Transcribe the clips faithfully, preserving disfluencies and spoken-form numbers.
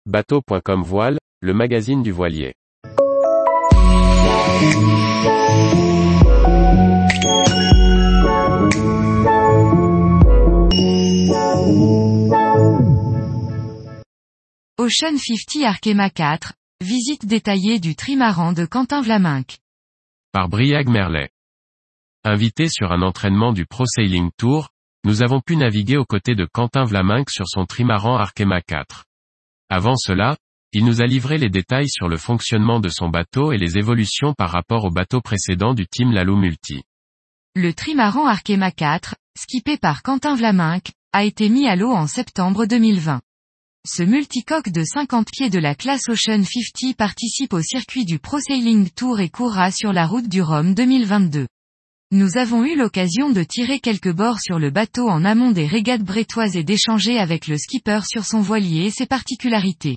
bateau point com Voile, le magazine du voilier. Ocean cinquante Arkema quatre, visite détaillée du trimaran de Quentin Vlaminck. Par Briag Merlet. Invité sur un entraînement du Pro Sailing Tour, nous avons pu naviguer aux côtés de Quentin Vlaminck sur son trimaran Arkema quatre. Avant cela, il nous a livré les détails sur le fonctionnement de son bateau et les évolutions par rapport au bateau précédent du team Lalo Multi. Le trimaran Arkema quatre, skippé par Quentin Vlaminck, a été mis à l'eau en septembre deux mille vingt. Ce multicoque de cinquante pieds de la classe Ocean cinquante participe au circuit du Pro Sailing Tour et courra sur la route du Rhum deux mille vingt-deux. Nous avons eu l'occasion de tirer quelques bords sur le bateau en amont des régates brettoises et d'échanger avec le skipper sur son voilier et ses particularités.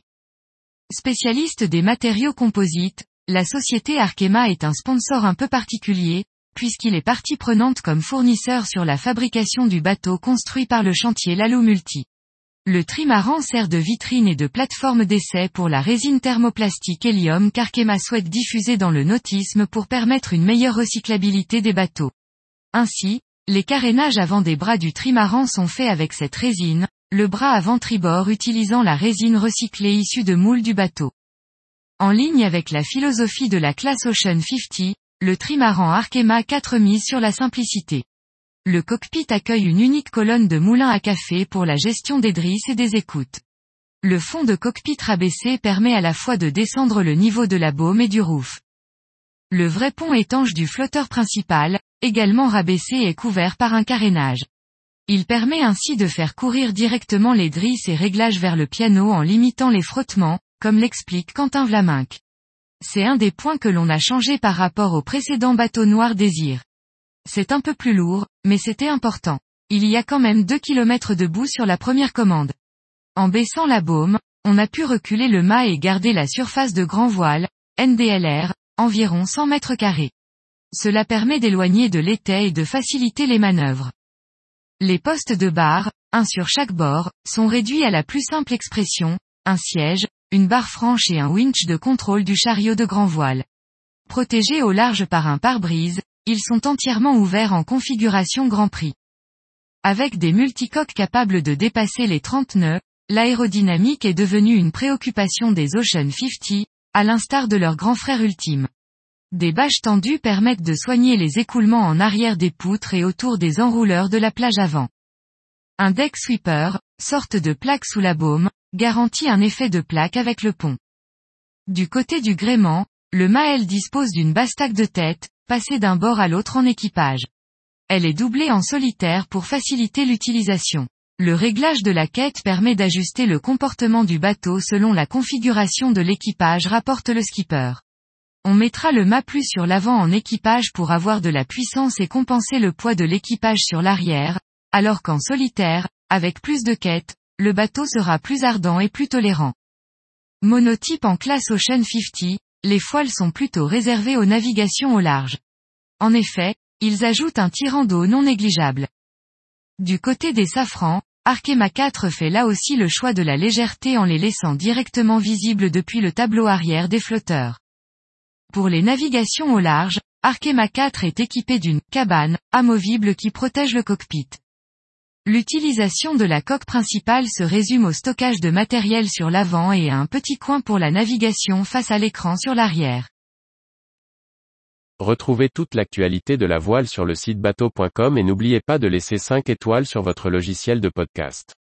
Spécialiste des matériaux composites, la société Arkema est un sponsor un peu particulier, puisqu'il est partie prenante comme fournisseur sur la fabrication du bateau construit par le chantier Lalo Multi. Le trimaran sert de vitrine et de plateforme d'essai pour la résine thermoplastique hélium qu'Arkema souhaite diffuser dans le nautisme pour permettre une meilleure recyclabilité des bateaux. Ainsi, les carénages avant des bras du trimaran sont faits avec cette résine, le bras avant tribord utilisant la résine recyclée issue de moules du bateau. En ligne avec la philosophie de la classe Ocean cinquante, le trimaran Arkema quatre mise sur la simplicité. Le cockpit accueille une unique colonne de moulin à café pour la gestion des drisses et des écoutes. Le fond de cockpit rabaissé permet à la fois de descendre le niveau de la baume et du roof. Le vrai pont étanche du flotteur principal, également rabaissé et couvert par un carénage. Il permet ainsi de faire courir directement les drisses et réglages vers le piano en limitant les frottements, comme l'explique Quentin Vlaminck. C'est un des points que l'on a changé par rapport au précédent bateau noir Désir. C'est un peu plus lourd, mais c'était important. Il y a quand même deux kilomètres de bout sur la première commande. En baissant la baume, on a pu reculer le mât et garder la surface de grand voile, N D L R, environ cent mètres carrés. Cela permet d'éloigner de l'étai et de faciliter les manœuvres. Les postes de barre, un sur chaque bord, sont réduits à la plus simple expression, un siège, une barre franche et un winch de contrôle du chariot de grand voile. Protégés au large par un pare-brise, ils sont entièrement ouverts en configuration Grand Prix. Avec des multicoques capables de dépasser les trente nœuds, l'aérodynamique est devenue une préoccupation des Ocean cinquante, à l'instar de leur grand frère ultime. Des bâches tendues permettent de soigner les écoulements en arrière des poutres et autour des enrouleurs de la plage avant. Un deck sweeper, sorte de plaque sous la baume, garantit un effet de plaque avec le pont. Du côté du gréement, le mât dispose d'une bastaque de tête, passée d'un bord à l'autre en équipage. Elle est doublée en solitaire pour faciliter l'utilisation. Le réglage de la quête permet d'ajuster le comportement du bateau selon la configuration de l'équipage, rapporte le skipper. On mettra le mât plus sur l'avant en équipage pour avoir de la puissance et compenser le poids de l'équipage sur l'arrière, alors qu'en solitaire, avec plus de quête, le bateau sera plus ardent et plus tolérant. Monotype en classe Ocean cinquante, les foils sont plutôt réservés aux navigations au large. En effet, ils ajoutent un tirant d'eau non négligeable. Du côté des safrans, Arkema quatre fait là aussi le choix de la légèreté en les laissant directement visibles depuis le tableau arrière des flotteurs. Pour les navigations au large, Arkema quatre est équipé d'une cabane amovible qui protège le cockpit. L'utilisation de la coque principale se résume au stockage de matériel sur l'avant et à un petit coin pour la navigation face à l'écran sur l'arrière. Retrouvez toute l'actualité de la voile sur le site bateau point com et n'oubliez pas de laisser cinq étoiles sur votre logiciel de podcast.